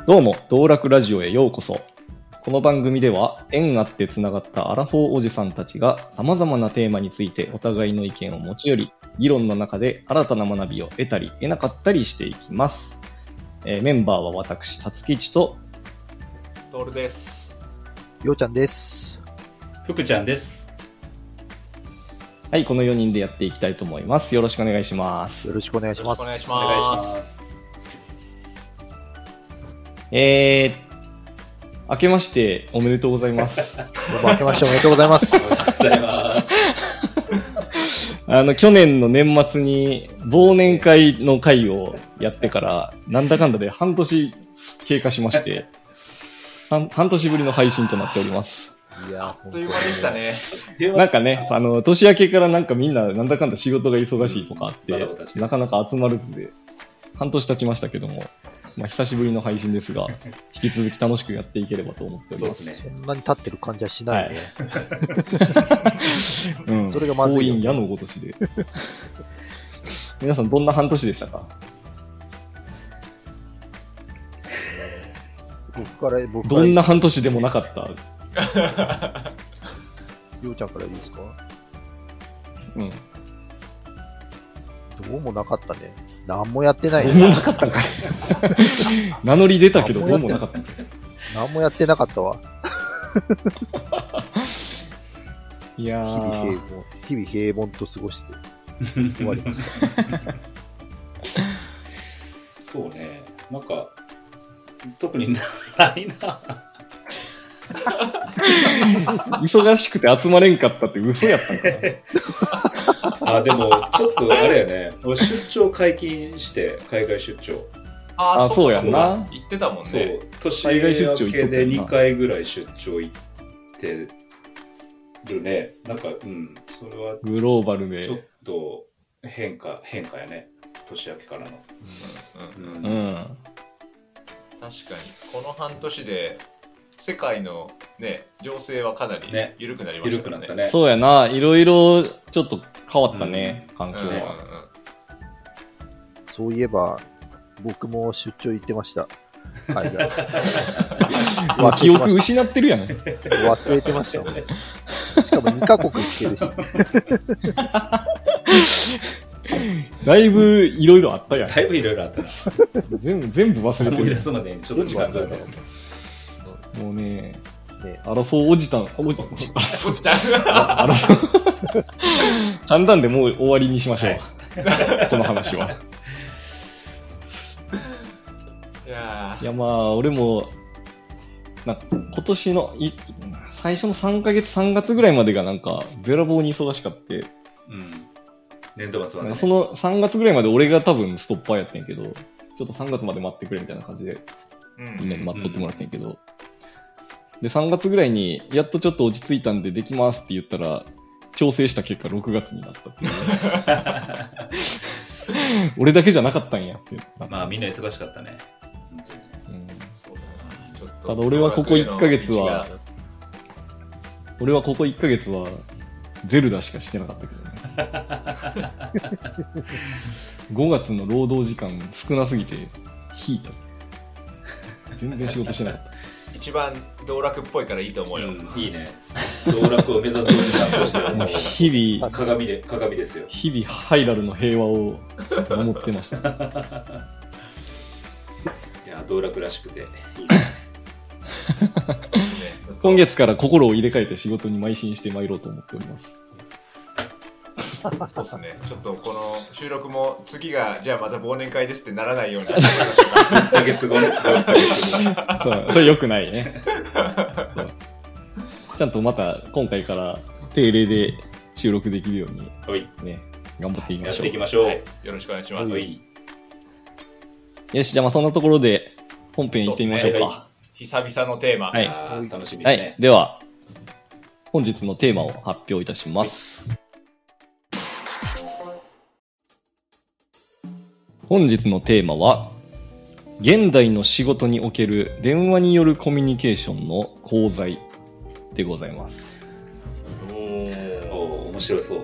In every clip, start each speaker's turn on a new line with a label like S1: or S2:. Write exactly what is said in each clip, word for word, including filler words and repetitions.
S1: どうも、道楽ラジオへようこそ。この番組では縁あってつながったアラフォーおじさんたちが様々なテーマについてお互いの意見を持ち寄り、議論の中で新たな学びを得たり得なかったりしていきます。えー、メンバーは私、たつきちと
S2: トールです。
S3: ようちゃんです。
S4: ふくちゃんです。
S1: はい、このよにんでやっていきたいと思います。よろしくお願いします。
S3: よろしくお願いします。
S2: よろしくお願いします。
S1: えー、明けましておめでとうございます。
S3: どうも明けましておめでとうございます。
S4: おめでとうございます。
S1: あの、去年の年末に忘年会の会をやってから、なんだかんだで半年経過しまして、半, 半年ぶりの配信となっております。
S2: いや、あっという間でしたね。
S1: なんかね、あの、年明けからなんかみんななんだかんだ仕事が忙しいとかあって、うん、なかなか集まるずで、半年経ちましたけども、まあ、久しぶりの配信ですが、引き続き楽しくやっていければと思っております。
S3: そうですね。そんなに経ってる感じはしないね。
S1: はい、うん、それがまずい、ね。多いん矢のごとしで。皆さんどんな半年でしたか？
S3: 僕から僕から
S1: どんな半年でもなかった。
S3: ようちゃんからいいですか？
S1: うん。
S3: どうもなかったね。何もやってない、
S1: ね。どうもなかったんかい。名乗り出たけどどうもなかったんかい。
S3: 何もやってなかったわ。
S1: いやー。
S3: 日々平凡、日々平凡と過ごして終わりました。
S4: そうね。なんか特にないな。
S1: 忙しくて集まれんかったって嘘やったんか
S4: な。あ、でもちょっとあれやね、俺出張解禁して海外出張。
S1: ああ、そうやんな。
S2: 行ってたもんね。
S4: そう、年明けでにかいぐらい出張行ってるね。なんか、うん、それは
S1: グローバルで
S4: ちょっと変化変化やね。年明けからの。
S2: うんうん
S1: うん。うん、
S2: 確かにこの半年で世界のね情勢はかなり緩くなりましたね。
S4: ね、緩くなったね。
S1: そうやな、いろいろちょっと変わったね、うん、環境は、うんうんうん。
S3: そういえば僕も出張行ってました。海外。
S1: 記憶失ってるやん。
S3: 忘れてましたもん。しかもにカ国行ってるし。
S1: だいぶいろいろあったやん。
S4: だいぶいろいろあったな。
S1: 全部全部忘れてる。
S4: 思い出すまでにちょっと時間がかかる。
S1: もうね、ねアラフォーおじたん、おじたん、おじたん。アラフォー。簡単でもう終わりにしましょう。はい、この話は。
S2: いや,
S1: いやまあ俺もなんか今年のい最初のさんかげつさんがつぐらいまでがなんかべらぼうに忙しかって、
S4: うん、年度末はね。
S1: そのさんがつぐらいまで俺が多分ストッパーやってんけど、ちょっとさんがつまで待ってくれみたいな感じで、うん、みんなに待っとってもらってんけど、うん、でさんがつぐらいにやっとちょっと落ち着いたんでできますって言ったら調整した結果ろくがつになったっていう。俺だけじゃなかったんやって。
S4: まあみんな忙しかったね。
S1: うん、ただ俺はここいっかげつは俺はここいっかげつはゼルダしかしてなかったけどね。ごがつの労働時間少なすぎて引いた。全然仕事してなかった。
S2: 一番道楽っぽいからいいと思うよ。うん、
S4: いいね。道楽を目指すおじさんとしてはもう
S1: 日々
S4: 鏡で鏡ですよ。
S1: 日々ハイラルの平和を守ってました。
S4: いや道楽らしくていい
S2: ですね。
S1: 今月から心を入れ替えて仕事に邁進して参ろうと思っております。
S2: そうですね。ちょっとこの収録も次がじゃあまた忘年会ですってならないように。いっ
S4: かげつごね。
S1: そうそれ良くないね。ちゃんとまた今回から定例で収録できるようにね、頑張っていきましょう。
S4: やっていきましょう。はい、
S2: よろしくお願いします。はい、
S1: よし、じゃあまあそんなところで本編行ってみましょうか。うね、
S2: 久々のテーマ。
S1: はい、
S4: 楽しみですね。
S1: はい、では本日のテーマを発表いたします。はい、本日のテーマは現代の仕事における電話によるコミュニケーションの功罪でございます。
S4: おー、面白そう。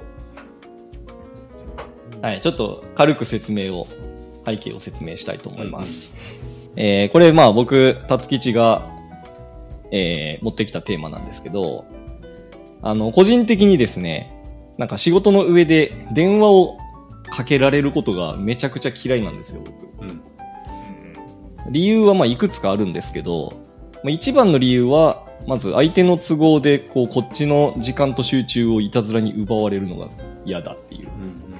S1: はい、ちょっと軽く説明を背景を説明したいと思います。 えー、これまあ僕、辰吉が、えー、持ってきたテーマなんですけど、あの、個人的にですね、なんか仕事の上で電話をかけられることがめちゃくちゃ嫌いなんですよ、僕。うん、理由はまあいくつかあるんですけど、まあ、一番の理由は、まず相手の都合でこうこっちの時間と集中をいたずらに奪われるのが嫌だっていう。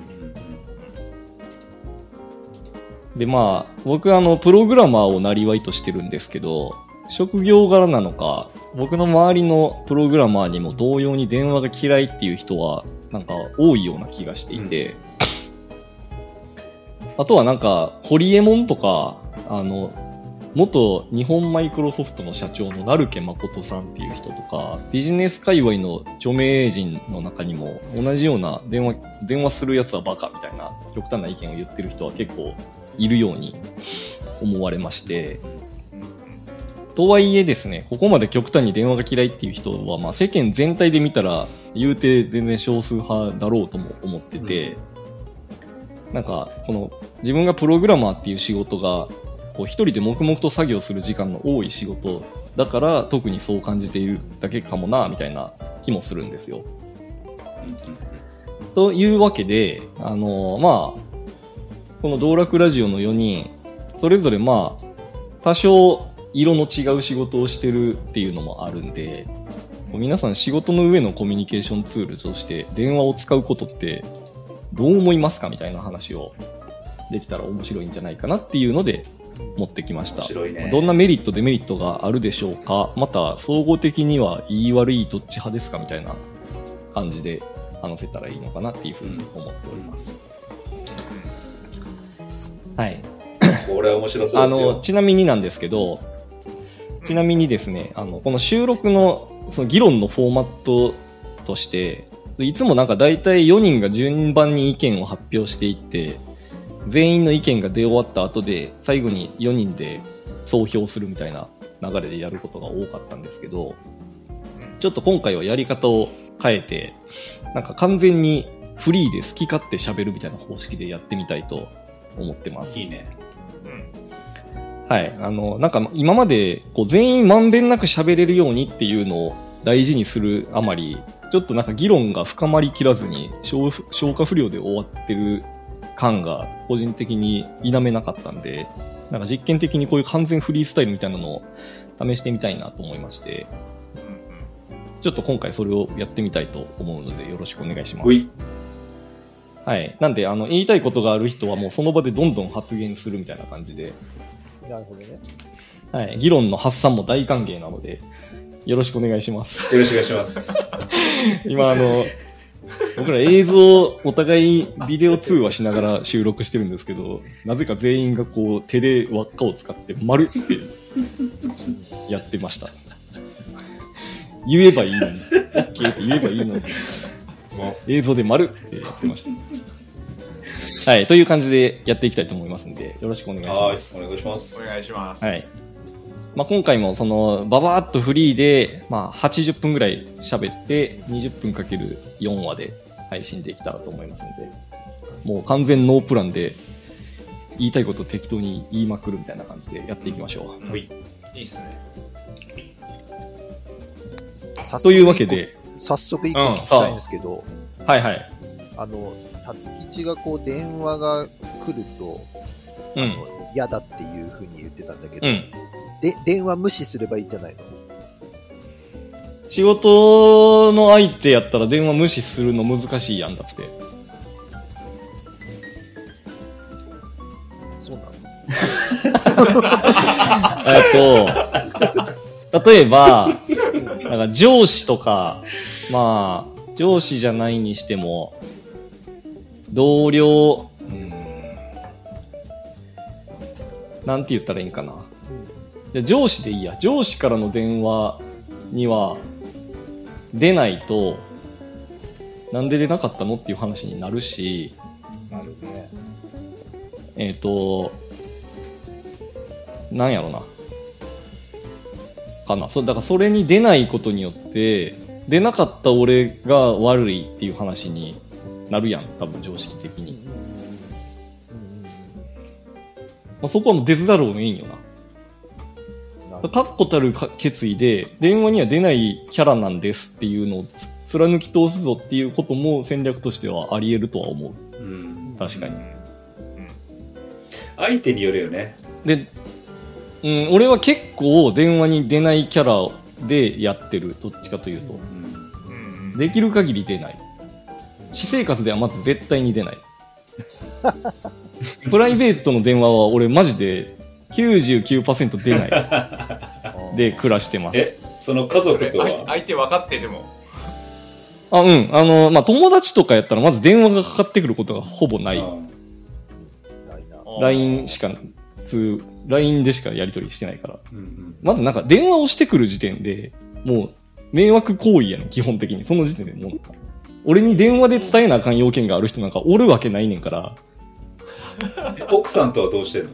S1: でまあ僕あのプログラマーをなりわいとしてるんですけど、職業柄なのか僕の周りのプログラマーにも同様に電話が嫌いっていう人はなんか多いような気がしていて、うん、あとはなんかホリエモンとかあの元日本マイクロソフトの社長の成毛誠さんっていう人とか、ビジネス界隈の著名人の中にも同じような電話、電話するやつはバカみたいな極端な意見を言ってる人は結構いるように思われまして、とはいえですね、ここまで極端に電話が嫌いっていう人は、まあ世間全体で見たら言うて全然少数派だろうとも思ってて、うん、なんかこの自分がプログラマーっていう仕事がこう一人で黙々と作業する時間の多い仕事だから特にそう感じているだけかもなみたいな気もするんですよ。というわけで、あのー、まあこの道楽ラジオのよにんそれぞれまあ多少色の違う仕事をしてるっていうのもあるんで、皆さん仕事の上のコミュニケーションツールとして電話を使うことってどう思いますかみたいな話をできたら面白いんじゃないかなっていうので持ってきました。面白いね。どんなメリットデメリットがあるでしょうか、また総合的にはいい悪いどっち派ですかみたいな感じで話せたらいいのかなっていうふうに思っております、うん、はい。
S4: これは面白そうですよ。
S1: あのちなみになんですけど、ちなみにですね、あのこの収録のその議論のフォーマットとしていつもなんか大体よにんが順番に意見を発表していって全員の意見が出終わった後で最後によにんで総評するみたいな流れでやることが多かったんですけど、ちょっと今回はやり方を変えてなんか完全にフリーで好き勝手喋るみたいな方式でやってみたいと思ってます。
S4: いいね。
S1: はい、あのなんか今までこう全員まんべんなく喋れるようにっていうのを大事にするあまりちょっとなんか議論が深まりきらずに消化不良で終わってる感が個人的に否めなかったんで、なんか実験的にこういう完全フリースタイルみたいなのを試してみたいなと思いまして、ちょっと今回それをやってみたいと思うのでよろしくお願いします。はい、なんであの言いたいことがある人はもうその場でどんどん発言するみたいな感じで。
S3: なるほどね。
S1: はい、議論の発散も大歓迎なのでよろしくお願いします。
S4: よろしくお願いします。
S1: 今あの僕ら映像お互いビデオ通話しながら収録してるんですけど、なぜか全員がこう手で輪っかを使って丸ってやってました。言えばいいのに OK って言えばいいのに映像で丸ってやってました。はい、という感じでやっていきたいと思いますのでよろしくお願いします。
S4: はい、お願いします。
S2: お願いします。
S1: はい。まあ、今回もそのババーっとフリーで、まあ、はちじゅっぷんぐらい喋ってにじゅっぷんかけるよんわで配信できたらと思いますので、もう完全ノープランで言いたいことを適当に言いまくるみたいな感じでやっていきましょう。
S2: はい、いいっすね。
S1: というわけで
S3: 早速一個聞きたいんですけど、
S1: うん、はいはい。
S3: あの辰吉がこう電話が来ると、うん、あの嫌だっていう風に言ってたんだけど、うん、で電話無視すればいいんじゃないの？
S1: 仕事の相手やったら電話無視するの難しいやんだって。
S3: そうなの？
S1: えっと例えばなんか上司とか、まあ上司じゃないにしても同僚、うーん、なんて言ったらいいんかな。じゃ上司でいいや。上司からの電話には出ないと、なんで出なかったのっていう話になるし、
S3: なるね。
S1: えっと、なんやろな。かな。そだからそれに出ないことによって、出なかった俺が悪いっていう話になるやん、多分常識的に。まあ、そこはもう出ずざるを得んよな。 確固たる決意で電話には出ないキャラなんですっていうのを貫き通すぞっていうことも戦略としてはあり得るとは思う。うん、確かに、うん。
S4: 相手によるよね。
S1: で、うん、俺は結構電話に出ないキャラでやってる。どっちかというと、うん、できる限り出ない。私生活ではまず絶対に出ない。プライベートの電話は俺マジで きゅうじゅうきゅうパーセント 出ないで暮らしてます。
S4: え、その家族とは
S2: 相手分かってても
S1: あ、うん。あの、まあ、友達とかやったらまず電話がかかってくることがほぼない。ライン しか、通、ライン でしかやり取りしてないから。うんうん、まずなんか電話をしてくる時点で、もう迷惑行為やねん、基本的に。その時点でもう、俺に電話で伝えなあかん要件がある人なんかおるわけないねんから。
S4: 奥さんとはどうしてんの？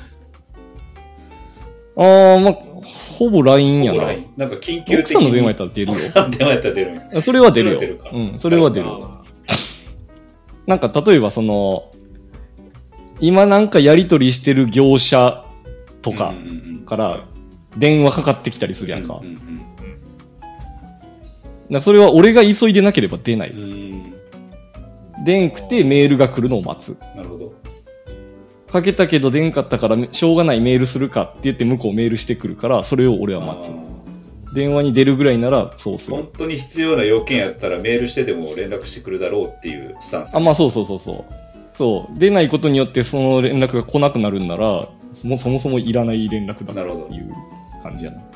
S1: あー、まあ、ほぼ ライン やな。
S4: なんか緊急的に。
S1: 奥さんの電話やったら出るよ。
S4: 奥さんの電話やったら出るんや。
S1: それは出るよ。それは出るか。うん、それは出る。なんか例えばその、今なんかやり取りしてる業者とかから電話かかってきたりするやんか。うんうんうん、だそれは俺が急いでなければ出ない。うん出んくてメールが来るのを待つ。
S4: なるほど。
S1: かけたけど出んかったからしょうがないメールするかって言って向こうメールしてくるからそれを俺は待つ。電話に出るぐらいならそうする。
S4: 本当に必要な要件やったらメールしてでも連絡してくるだろうっていうスタンス。
S1: あ、まあそうそうそうそう。そう出ないことによってその連絡が来なくなるんならそもそもそもいらない連絡だっていう感じやな。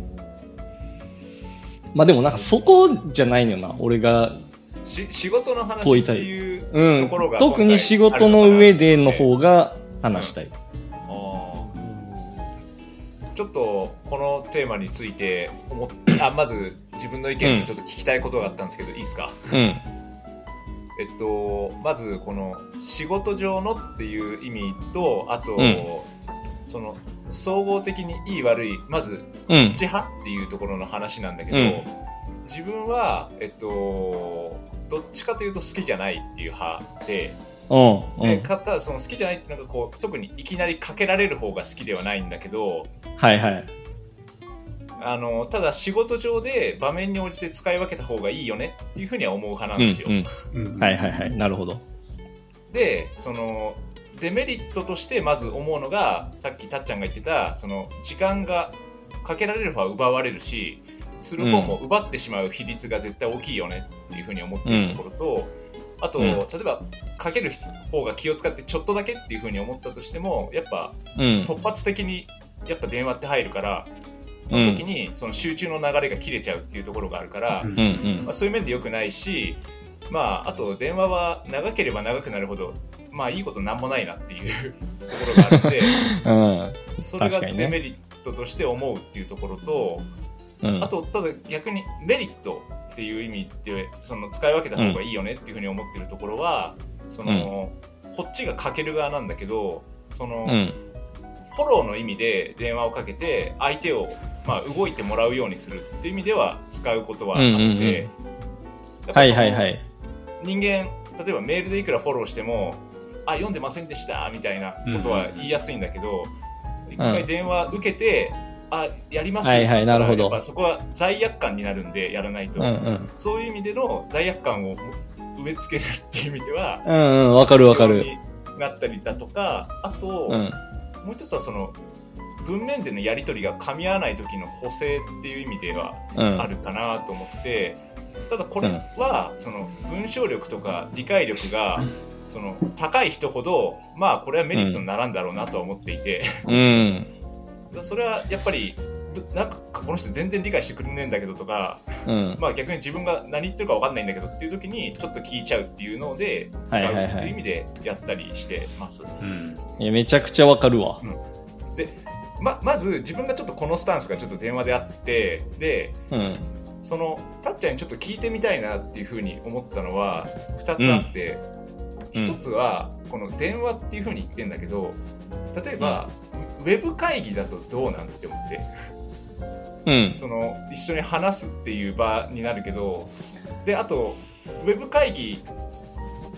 S1: まあでもなんかそこじゃないのよな。俺が
S2: し仕事の話っていうところが、
S1: うん、特に仕事の上での方が話したい、うん、
S2: あちょっとこのテーマについて思っあまず自分の意見とちょっと聞きたいことがあったんですけど、うん、いいですか、うん、えっとまずこの仕事上のっていう意味とあと、うん、その総合的にいい悪いまずどっち派っていうところの話なんだけど、うん、自分はえっとどっちかというと好きじゃないっていう派で、うんうん、でただその好きじゃないっていうのがこう特にいきなりかけられる方が好きではないんだけど、
S1: はいはい、
S2: あのただ仕事上で場面に応じて使い分けた方がいいよねっていうふうには思う派なんですよ、
S1: うんうん、はいはいはいなるほど。
S2: でそのデメリットとしてまず思うのがさっきたっちゃんが言ってたその時間がかけられる方は奪われるしする方も奪ってしまう比率が絶対大きいよねっていうふうに思っているところと、うん、あと、うん、例えばかける方が気を使ってちょっとだけっていうふうに思ったとしてもやっぱ、うん、突発的にやっぱ電話って入るからその時にその集中の流れが切れちゃうっていうところがあるから、うんまあ、そういう面で良くないし、まあ、あと電話は長ければ長くなるほどまあいいことなんもないなっていうところがあるので、うん、それがデメリットとして思うっていうところと、うん、あとただ逆にメリットっていう意味でその使い分けた方がいいよねっていうふうに思ってるところは、うん、そのこっちがかける側なんだけどその、うん、フォローの意味で電話をかけて相手を、まあ、動いてもらうようにするっていう意味では使うことはあって、うんうんうん、やっぱその、はいはいはい、人間例えばメールでいくらフォローしてもあ読んでませんでしたみたいなことは言いやすいんだけど、うん、一回電話受けてあやりますよ、
S1: はいはい、なるほど。
S2: やっぱそこは罪悪感になるんでやらないと、うんうん、そういう意味での罪悪感を植え付けるっていう意味では
S1: うんうんわかるわかる
S2: なったりだとかあと、うん、もう一つはその文面でのやり取りが噛み合わない時の補正っていう意味ではあるかなと思って、うん、ただこれはその文章力とか理解力がその高い人ほどまあこれはメリットにならんだろうなとは思っていて、うんそれはやっぱりなんかこの人全然理解してくれねえんだけどとか、うん、まあ逆に自分が何言ってるか分かんないんだけどっていう時にちょっと聞いちゃうっていうので使うっていう意味でやったりしてます、はいはいはいうん、
S1: いやめちゃくちゃ分かるわ、
S2: うん、で ま, まず自分がちょっとこのスタンスがちょっと電話であってで、うん、そのたっちゃんにちょっと聞いてみたいなっていうふうに思ったのはふたつあって、うん、ひとつはこの電話っていうふうに言ってんだけど例えば、うん、ウェブ会議だとどうなんて思って、うん、その一緒に話すっていう場になるけどであとウェブ会議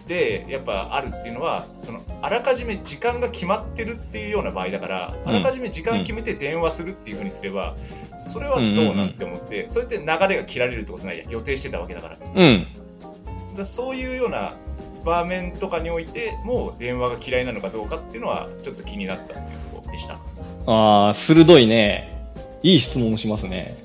S2: でやっぱあるっていうのは、そのあらかじめ時間が決まってるっていうような場合だから、うん、あらかじめ時間決めて電話するっていう風にすれば、それはどうなんて思って、うんうんうん、それって流れが切られるってことないや、予定してたわけだから、
S1: うん、
S2: だそういうような場面とかにおいてもう電話が嫌いなのかどうかっていうのはちょっと気になったっていうところでした。
S1: あー、鋭いね。いい質問をしますね。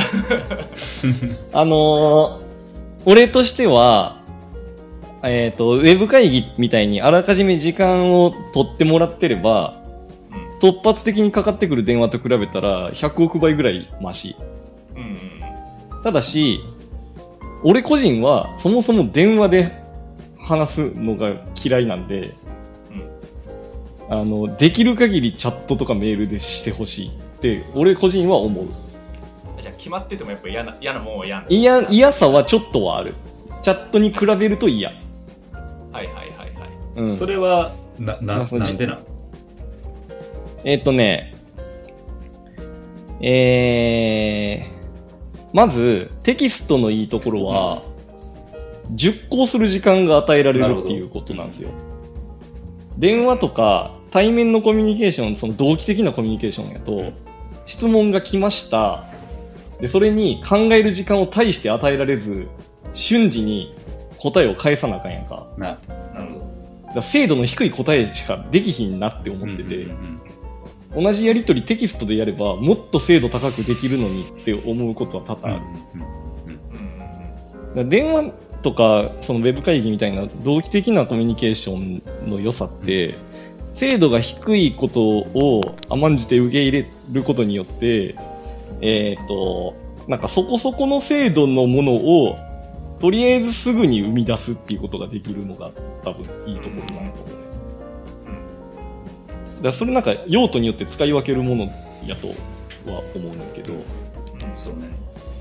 S1: あのー、俺としてはえっと、ウェブ会議みたいにあらかじめ時間を取ってもらってれば、うん、突発的にかかってくる電話と比べたらひゃくおくばいぐらいマシ。うんうん、ただし、俺個人はそもそも電話で話すのが嫌いなんで、うん、あの、できる限りチャットとかメールでしてほしいって俺個人は思う。
S2: じゃあ決まっててもやっぱ嫌な、嫌なもんは嫌な。
S1: 嫌、嫌さはちょっとはある。チャットに比べると嫌。
S2: はいはいはいはい。
S4: うん、それはな、な、なんでな
S1: えー、っとね、えー、まずテキストのいいところは、うん、熟考する時間が与えられるっていうことなんですよ。電話とか対面のコミュニケーション、その同期的なコミュニケーションやと、質問が来ました。で、それに考える時間を大して与えられず、瞬時に答えを返さなあかんやんか。
S4: な、なるほど。
S1: だから精度の低い答えしかできひんなって思ってて、うんうんうん、同じやり取りテキストでやればもっと精度高くできるのにって思うことは多々ある。うんうんうん、だから電話とかそのウェブ会議みたいな同期的なコミュニケーションの良さって、うん、精度が低いことを甘んじて受け入れることによって、えーと、なんかそこそこの精度のものをとりあえずすぐに生み出すっていうことができるのが多分いいところだなと思う。だからそれなんか用途によって使い分けるものやとは思うんだけど、うん、
S4: そうね。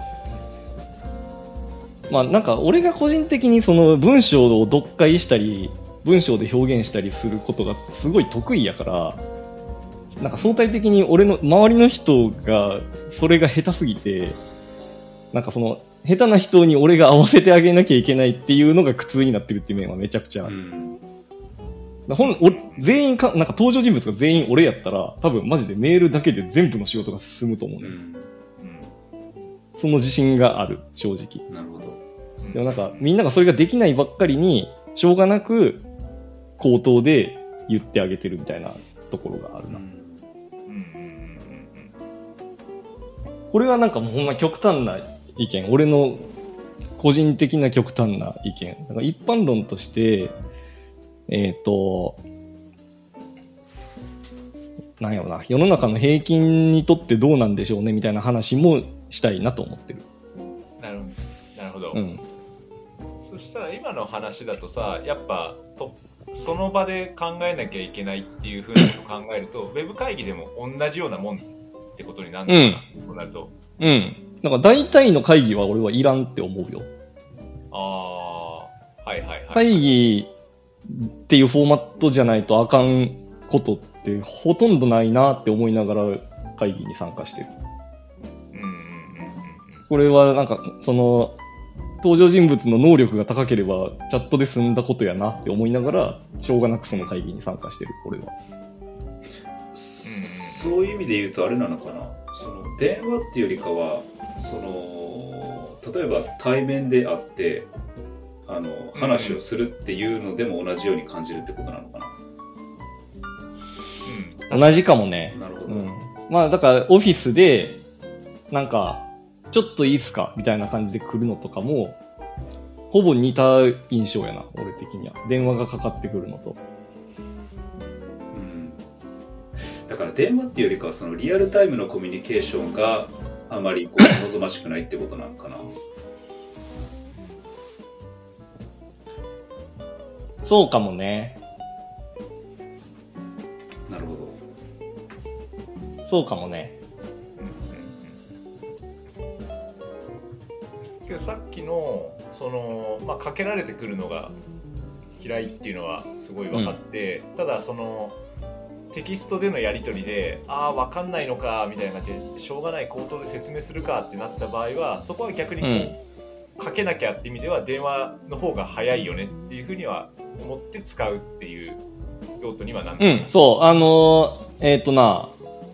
S1: まあなんか俺が個人的にその文章を読解したり文章で表現したりすることがすごい得意やから、なんか相対的に俺の周りの人がそれが下手すぎて、なんかその下手な人に俺が合わせてあげなきゃいけないっていうのが苦痛になってるっていう面はめちゃくちゃある。うん、ほん俺全員か、なんか登場人物が全員俺やったら多分マジでメールだけで全部の仕事が進むと思うね。うんうん、その自信がある、正直。
S4: なるほど。
S1: でもなんかみんながそれができないばっかりにしょうがなく口頭で言ってあげてるみたいなところがあるな。うんうん、これはなんかもうほんま極端な意見、俺の個人的な極端な意見。だから一般論として、えっと、なんやろな、世の中の平均にとってどうなんでしょうねみたいな話もしたいなと思ってる。
S2: なるほど。なるほど。
S1: うん。
S2: そしたら今の話だとさ、やっぱとその場で考えなきゃいけないっていう風なことを考えると、ウェブ会議でも同じようなもんってことになるのかな、うん、そうなると。
S1: うん。なんか大体の会議は俺はいらんって思うよ。
S2: ああ、はいはいはい。
S1: 会議っていうフォーマットじゃないとあかんことってほとんどないなって思いながら会議に参加してる。うんうんうんうん。これはなんかその登場人物の能力が高ければチャットで済んだことやなって思いながらしょうがなくその会議に参加してる俺は。
S4: そういう意味で言うとあれなのかな。その電話っていうよりかは。その例えば対面で会ってあの話をするっていうのでも同じように感じるってことなのかな、
S1: うん、同じかもね。
S4: なるほど、
S1: うん、まあだからオフィスでなんかちょっといいっすかみたいな感じで来るのとかもほぼ似た印象やな俺的には。電話がかかってくるのと、
S4: うん、だから電話っていうよりかはそのリアルタイムのコミュニケーションがあまりこう望ましくないってことなのかな。
S1: そうかもね。
S4: なるほ
S1: ど。そうかもね。
S2: けどさっきのその、まあ、かけられてくるのが嫌いっていうのはすごい分かって、うん、ただそのテキストでのやり取りでああ分かんないのかみたいな感じでしょうがない口頭で説明するかってなった場合はそこは逆にこう、 かけなきゃって意味では電話の方が早いよねっていうふうには思って使うっていう用途にはなるのかな。
S1: うん、そうあのー、えっ、ー、とな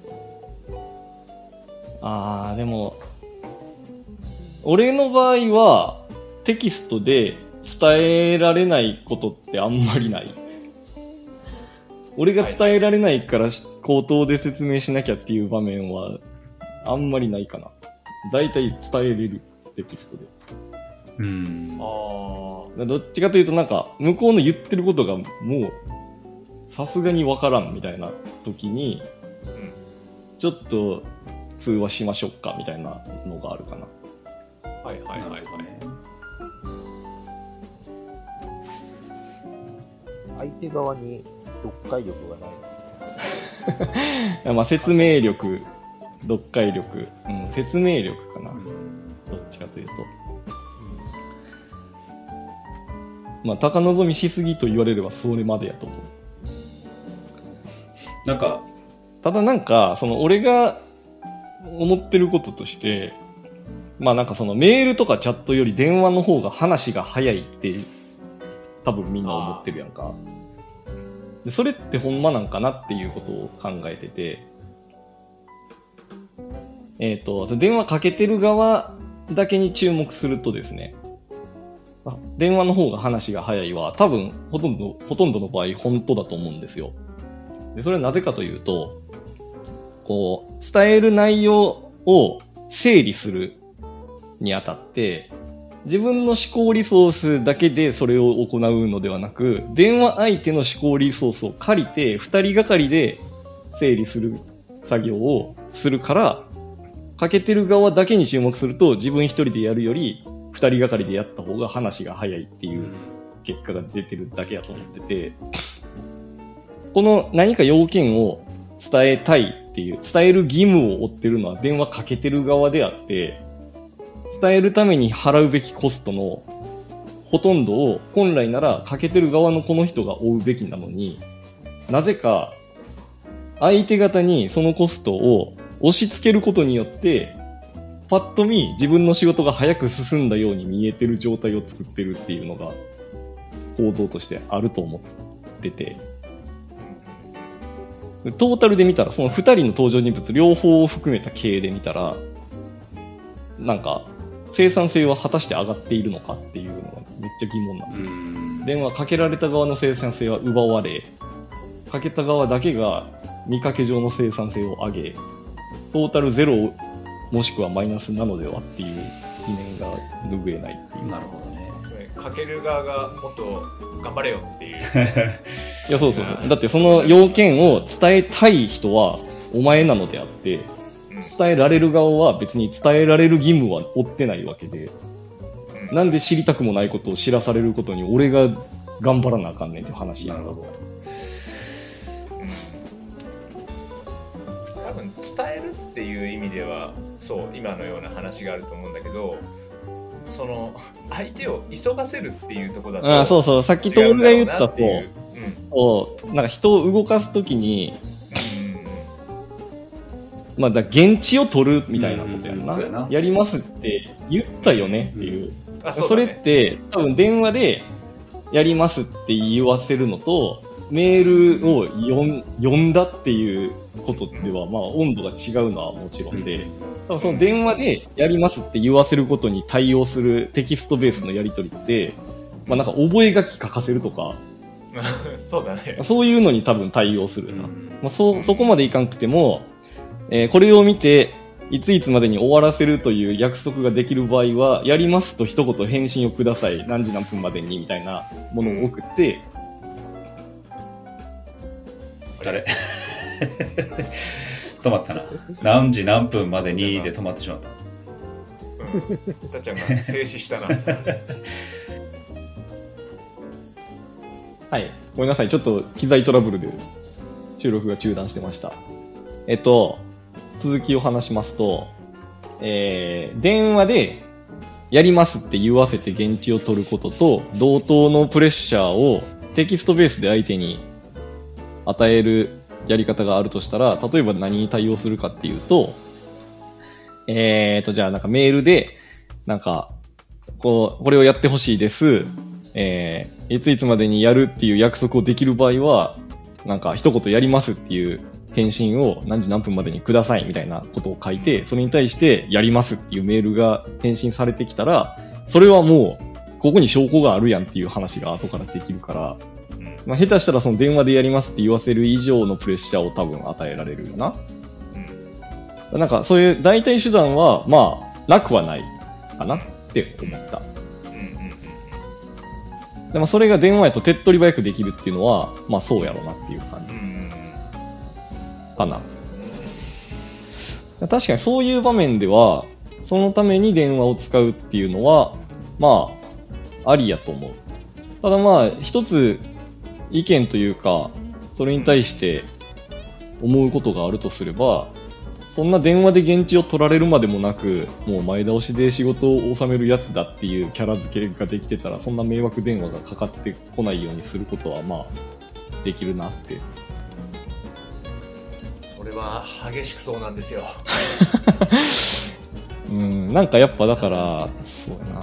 S1: あーでも俺の場合はテキストで伝えられないことってあんまりない。俺が伝えられないから口頭で説明しなきゃっていう場面はあんまりないかな。だいたい伝えれるテキストで。
S4: うん。
S2: あ
S1: あ。どっちかというとなんか向こうの言ってることがもうさすがにわからんみたいな時に、うん、ちょっと通話しましょうかみたいなのがあるかな。
S2: はいはいはいはい。
S3: 相手側に読解力がない
S1: まあ説明力、読解力、うん、説明力かな、うん、どっちかというと、うん、まあ高望みしすぎと言われればそれまでやと思う。
S4: なんか
S1: ただなんかその俺が思ってることとしてまあなんかそのメールとかチャットより電話の方が話が早いって多分みんな思ってるやんか。でそれってほんまなんかなっていうことを考えてて、えっと電話かけてる側だけに注目するとですね、電話の方が話が早いは多分ほとんどほとんどの場合本当だと思うんですよ。でそれはなぜかというと、こう伝える内容を整理するにあたって自分の思考リソースだけでそれを行うのではなく、電話相手の思考リソースを借りてふたりがかりで整理する作業をするから、かけてる側だけに注目すると自分一人でやるよりふたりがかりでやった方が話が早いっていう結果が出てるだけだと思ってて、この何か要件を伝えたいっていう伝える義務を負ってるのは電話かけてる側であって、伝えるために払うべきコストのほとんどを本来ならかけてる側のこの人が負うべきなのに、なぜか相手方にそのコストを押し付けることによってパッと見自分の仕事が早く進んだように見えてる状態を作ってるっていうのが構造としてあると思ってて、トータルで見たらそのふたりの登場人物両方を含めた経営で見たらなんか生産性は果たして上がっているのかっていうのがめっちゃ疑問なんですよ。電話かけられた側の生産性は奪われ、かけた側だけが見かけ上の生産性を上げ、トータルゼロもしくはマイナスなのではっていう疑念が拭えないっていう。
S4: なるほどね。
S2: かける側がもっと頑張れよっていう。
S1: いやそうそう。だってその要件を伝えたい人はお前なのであって。伝えられる側は別に伝えられる義務は負ってないわけで、なんで知りたくもないことを知らされることに俺が頑張らなあかんねんっていう話なんだろう。
S2: 多分伝えるっていう意味ではそう今のような話があると思うんだけど、その相手を急がせるっていうところだと、
S1: あそうそうさっきトールが言ったと、うん、なんか人を動かすときにまあ、だ現地を取るみたいなことやるな、うんうん、なやりますって言ったよねっていう、うんうん そ, うそれって多分電話でやりますって言わせるのとメールを読んだっていうことではまあ温度が違うのはもちろんで、多分その電話でやりますって言わせることに対応するテキストベースのやり取りって、まあ、なんか覚書書かせるとか
S2: そうだね、
S1: そういうのに多分対応するな、うんまあ、そ, そこまでいかんくてもえー、これを見ていついつまでに終わらせるという約束ができる場合はやりますと一言返信をください何時何分までにみたいなものを送って
S4: あれ止まったな何時何分までにで止まってしまった、
S2: うん、たっちゃんが静止したな
S1: はいごめんなさいちょっと機材トラブルで収録が中断してました。えっと、続きを話しますと、えー、電話でやりますって言わせて現地を取ることと同等のプレッシャーをテキストベースで相手に与えるやり方があるとしたら、例えば何に対応するかっていうと、えーと、じゃあなんかメールで、なんか、 こう、これをやってほしいです。えー、いついつまでにやるっていう約束をできる場合は、なんか一言やりますっていう返信を何時何分までにくださいみたいなことを書いて、それに対してやりますっていうメールが返信されてきたら、それはもう、ここに証拠があるやんっていう話が後からできるから、まあ、下手したらその電話でやりますって言わせる以上のプレッシャーを多分与えられるよな。うん、なんかそういう代替手段はまあなくはないかなって思った。でもそれが電話やと手っ取り早くできるっていうのはまあそうやろうなっていう感じかな。確かにそういう場面ではそのために電話を使うっていうのはまあありやと思う。ただまあ一つ意見というか、それに対して思うことがあるとすれば、そんな電話で現地を取られるまでもなく、もう前倒しで仕事を収めるやつだっていうキャラ付けができてたら、そんな迷惑電話がかかってこないようにすることは、まあ、できるなって。
S2: それは激しくそうなんですよ。
S1: うん、なんかやっぱだから、そうやな。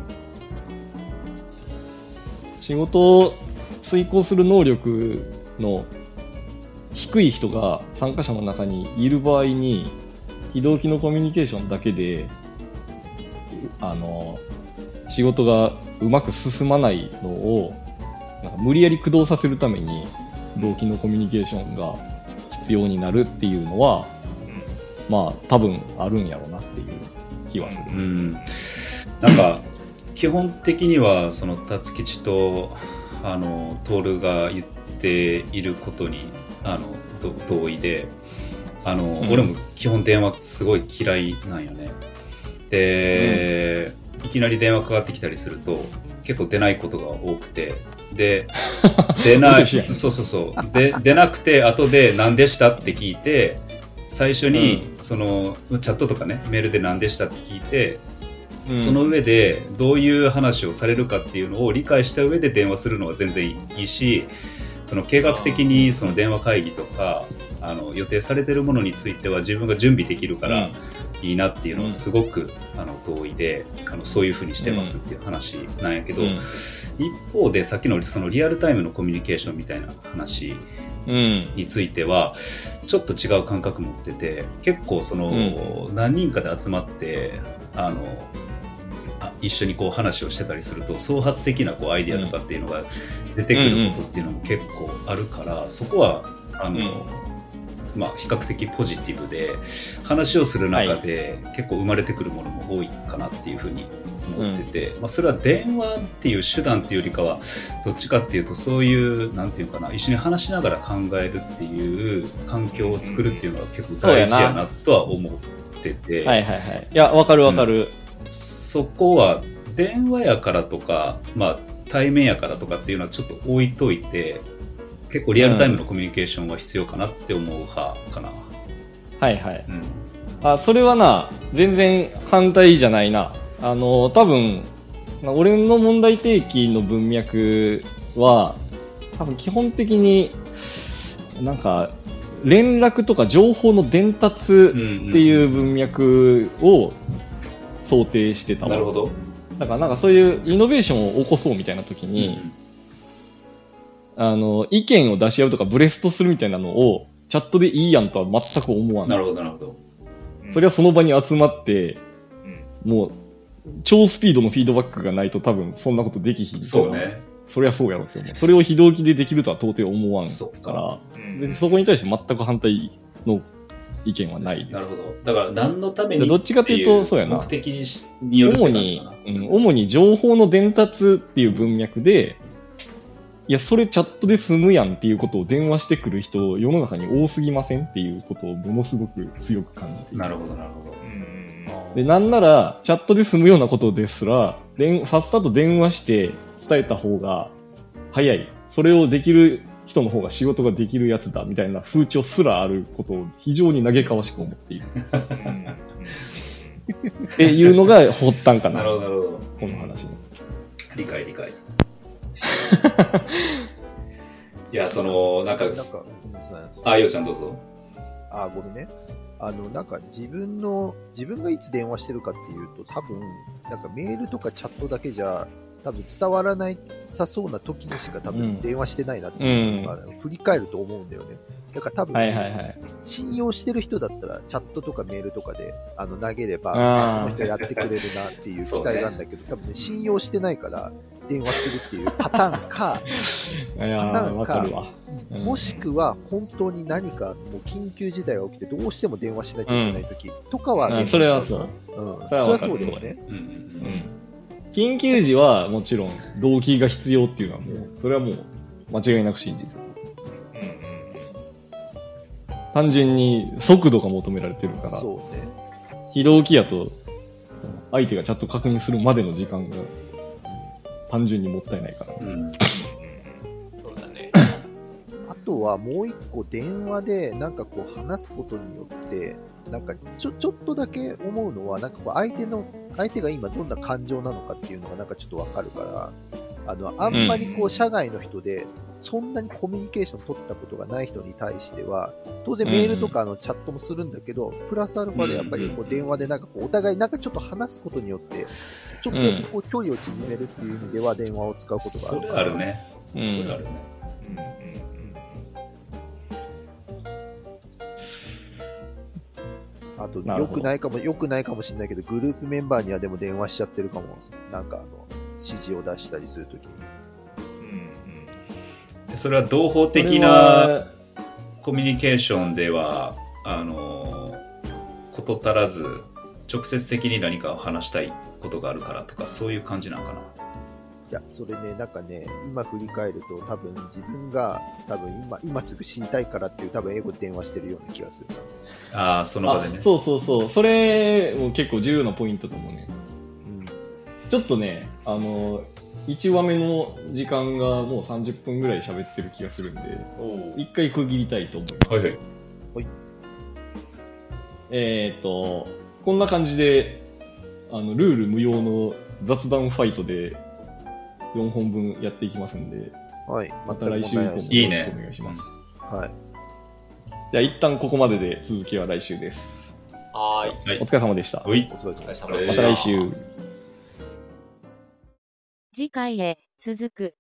S1: 仕事を遂行する能力の低い人が参加者の中にいる場合に非同期のコミュニケーションだけであの仕事がうまく進まないのをなんか無理やり駆動させるために同期のコミュニケーションが必要になるっていうのはまあ多分あるんやろうなっていう気はする。
S4: うん、なんか基本的にはその辰吉とあのトールが言っていることにあの同意で、あの、うん、俺も基本電話すごい嫌いなんよね。で、うん、いきなり電話かかってきたりすると結構出ないことが多くて、で出ないそうそうそうで出なくて後で何でしたって聞いて、最初に、うん、そのチャットとかねメールで何でしたって聞いて。その上でどういう話をされるかっていうのを理解した上で電話するのは全然いいし、その計画的にその電話会議とかあの予定されているものについては自分が準備できるからいいなっていうのはすごくあの同意で、あのそういう風にしてますっていう話なんやけど、一方でさっきのそのリアルタイムのコミュニケーションみたいな話についてはちょっと違う感覚持ってて、結構その何人かで集まってあの一緒にこう話をしてたりすると創発的なこうアイデアとかっていうのが出てくることっていうのも結構あるから、そこはあの、まあ、比較的ポジティブで話をする中で結構生まれてくるものも多いかなっていうふうに思ってて、まあ、それは電話っていう手段っていうよりかはどっちかっていうとそういうなんていうかな、一緒に話しながら考えるっていう環境を作るっていうのは結構大事やなとは思ってて、
S1: はいはいはい、いやわかるわかる、
S4: うん、そこは電話やからとか、まあ、対面やからとかっていうのはちょっと置いといて、結構リアルタイムのコミュニケーションは必要かなって思う派かな、うん、
S1: はいはい、うん、あそれはな全然反対じゃないな。あの多分俺の問題提起の文脈は多分基本的になんか連絡とか情報の伝達っていう文脈を想定してたわ、
S4: うんうん、なるほど。
S1: だからなんかそういうイノベーションを起こそうみたいな時に、うん、あの意見を出し合うとかブレストするみたいなのをチャットでいいやんとは全く思わない。
S4: なるほどなるほど。
S1: それはその場に集まって、うん、もう超スピードのフィードバックがないと多分そんなことできひんから。
S4: そうね。
S1: そりゃそうやろって思う。それを非同期でできるとは到底思わんから、うん、でそこに対して全く反対の意見はないです。
S4: なるほど。だから何のために
S1: どっちかというとそうやな。
S4: 目的によるって感じかな。
S1: 主に、うん、主に情報の伝達っていう文脈で、いやそれチャットで済むやんっていうことを電話してくる人世の中に多すぎませんっていうことをものすごく強く感じている。
S4: なるほどなるほど。
S1: でなんならチャットで済むようなことですらでさっさと電話して伝えた方が早い、それをできる人の方が仕事ができるやつだみたいな風潮すらあることを非常に嘆かわしく思っているっていうのが発端かな。
S4: なるほどなるほど。
S1: この話の
S4: 理解理解いやそのなんか
S3: なんか
S4: あようちゃんどうぞ。
S3: あごめんね。 あの、なんか自分の、自分がいつ電話してるかっていうと、多分、なんかメールとかチャットだけじゃ、多分伝わらないさそうな時にしか多分電話してないなっていうのが、うん、振り返ると思うんだよね。だから多分、はいはいはい、信用してる人だったらチャットとかメールとかであの投げれば、この人やってくれるなっていう期待があるんだけど、ね、多分ね、信用してないから電話するっていうパターンか、パターンか、うん、もしくは本当に何かもう緊急事態が起きてどうしても電話しなきゃいけない時とかは、ね、
S1: うん、それはそう。
S3: うん、それはそうだよね。うん
S1: うん緊急時はもちろん動機が必要っていうのはもうそれはもう間違いなく真実。単純に速度が求められてるから、
S3: そうね。
S1: 非同期やと相手がちゃんと確認するまでの時間が単純にもったいないから。うん、
S2: そうだね。
S3: あとはもう一個電話でなんかこう話すことによってなんかちょちょっとだけ思うのはなんかこう相手の相手が今どんな感情なのかっていうのがなんかちょっとわかるから、あのあんまりこう社外の人でそんなにコミュニケーション取ったことがない人に対しては当然メールとかのチャットもするんだけど、プラスアルファでやっぱりこう電話でなんかこうお互いなんかちょっと話すことによってちょっとこう距離を縮めるっていう意味では電話を使うことがある。
S4: それあるね。うん、それあるね。
S3: あと、良くないかも、良くないかもしれないけど、グループメンバーにはでも電話しちゃってるかも。なんかあの、指示を出したりするときに。
S4: うんうん。それは同胞的なコミュニケーションでは、あの、こと足らず、直接的に何かを話したいことがあるからとか、そういう感じなのかな。
S3: いや、それね、なんかね、今振り返ると多分自分が多分今、今すぐ死にたいからっていう多分英語で電話してるような気がする。
S4: ああ、その場でね。
S1: そうそうそう。それも結構重要なポイントと思うね。うん。ちょっとね、あの、いちわめの時間がもうさんじゅっぷんぐらい喋ってる気がするんで、一回区切りたいと思います。
S4: はいはい。
S3: はい。
S1: えーっと、こんな感じで、あの、ルール無用の雑談ファイトで、よんほんぶんやっていきますんで、
S3: はい、
S1: また来週以降もよろしくお願いします。
S3: はい。
S1: じゃあ一旦ここまでで続きは来週です。
S2: はーい。
S1: お疲れ様でした。
S3: お疲れ様でした。
S1: また来週。
S5: 次回へ続く。